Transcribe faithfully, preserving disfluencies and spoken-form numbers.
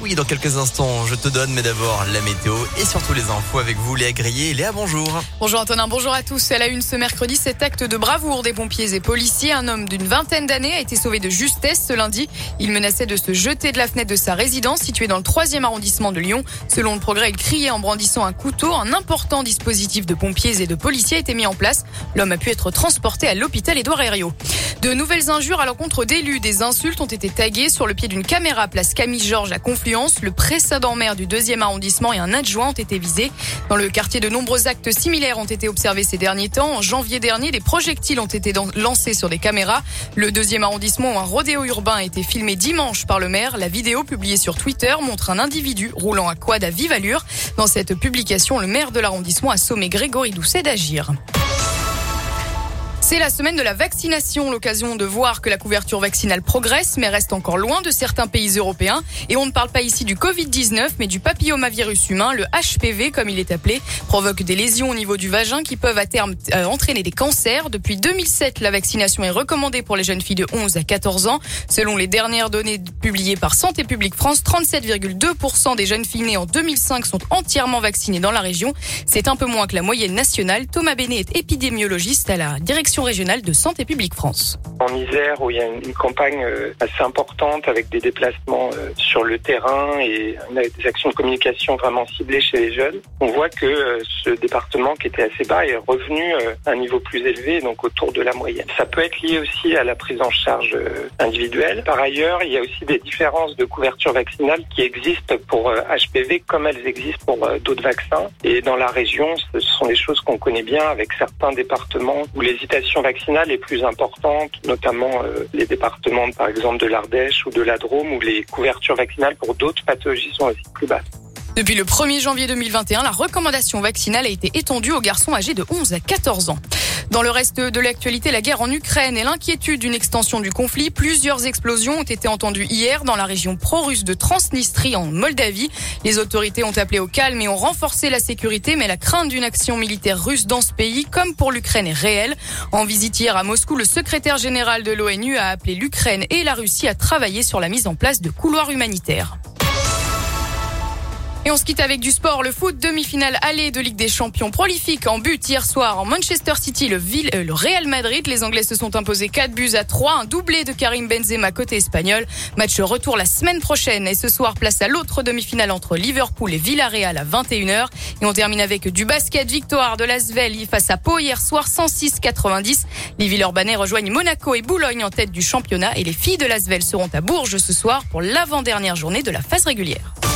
Oui, dans quelques instants, je te donne, mais d'abord la météo et surtout les infos avec vous, Léa Grillet. Léa, bonjour. Bonjour Antonin, bonjour à tous. À la une ce mercredi, cet acte de bravoure des pompiers et policiers. Un homme d'une vingtaine d'années a été sauvé de justesse ce lundi. Il menaçait de se jeter de la fenêtre de sa résidence située dans le troisième arrondissement de Lyon. Selon le Progrès, il criait en brandissant un couteau. Un important dispositif de pompiers et de policiers a été mis en place. L'homme a pu être transporté à l'hôpital Édouard Herriot. De nouvelles injures à l'encontre d'élus. Des insultes ont été taguées sur le pied d'une caméra place Camille Georges à Confluence. Le précédent maire du deuxième arrondissement et un adjoint ont été visés. Dans le quartier, de nombreux actes similaires ont été observés ces derniers temps. En janvier dernier, des projectiles ont été lancés sur des caméras. Le deuxième arrondissement où un rodéo urbain a été filmé dimanche par le maire. La vidéo publiée sur Twitter montre un individu roulant à quad à vive allure. Dans cette publication, le maire de l'arrondissement a sommé Grégory Doucet d'agir. C'est la semaine de la vaccination, l'occasion de voir que la couverture vaccinale progresse, mais reste encore loin de certains pays européens. Et on ne parle pas ici du covid dix-neuf, mais du papillomavirus humain, le H P V comme il est appelé, provoque des lésions au niveau du vagin qui peuvent à terme euh, entraîner des cancers. Depuis deux mille sept, la vaccination est recommandée pour les jeunes filles de onze à quatorze ans. Selon les dernières données publiées par Santé publique France, trente-sept virgule deux pour cent des jeunes filles nées en deux mille cinq sont entièrement vaccinées dans la région. C'est un peu moins que la moyenne nationale. Thomas Bénet est épidémiologiste à la direction régionale de Santé publique France. En Isère, où il y a une campagne assez importante avec des déplacements sur le terrain et des actions de communication vraiment ciblées chez les jeunes, on voit que ce département qui était assez bas est revenu à un niveau plus élevé, donc autour de la moyenne. Ça peut être lié aussi à la prise en charge individuelle. Par ailleurs, il y a aussi des différences de couverture vaccinale qui existent pour H P V comme elles existent pour d'autres vaccins. Et dans la région, ce sont des choses qu'on connaît bien avec certains départements où l'hésitation vaccinale est plus importante, notamment euh, les départements par exemple de l'Ardèche ou de la Drôme où les couvertures vaccinales pour d'autres pathologies sont aussi plus basses. Depuis le premier janvier deux mille vingt et un, la recommandation vaccinale a été étendue aux garçons âgés de onze à quatorze ans. Dans le reste de l'actualité, la guerre en Ukraine et l'inquiétude d'une extension du conflit. Plusieurs explosions ont été entendues hier dans la région pro-russe de Transnistrie en Moldavie. Les autorités ont appelé au calme et ont renforcé la sécurité, mais la crainte d'une action militaire russe dans ce pays, comme pour l'Ukraine, est réelle. En visite hier à Moscou, le secrétaire général de l'ONU a appelé l'Ukraine et la Russie à travailler sur la mise en place de couloirs humanitaires. Et on se quitte avec du sport. Le foot, demi-finale aller de Ligue des Champions prolifique en but hier soir en Manchester City, le, Ville, euh, le Real Madrid. Les Anglais se sont imposés quatre buts à trois. Un doublé de Karim Benzema côté espagnol. Match retour la semaine prochaine. Et ce soir, place à l'autre demi-finale entre Liverpool et Villarreal à vingt et une heures. Et on termine avec du basket. Victoire de l'Asvel face à Pau hier soir, cent six quatre-vingt-dix. Les Villeurbanais rejoignent Monaco et Boulogne en tête du championnat. Et les filles de l'Asvel seront à Bourges ce soir pour l'avant-dernière journée de la phase régulière.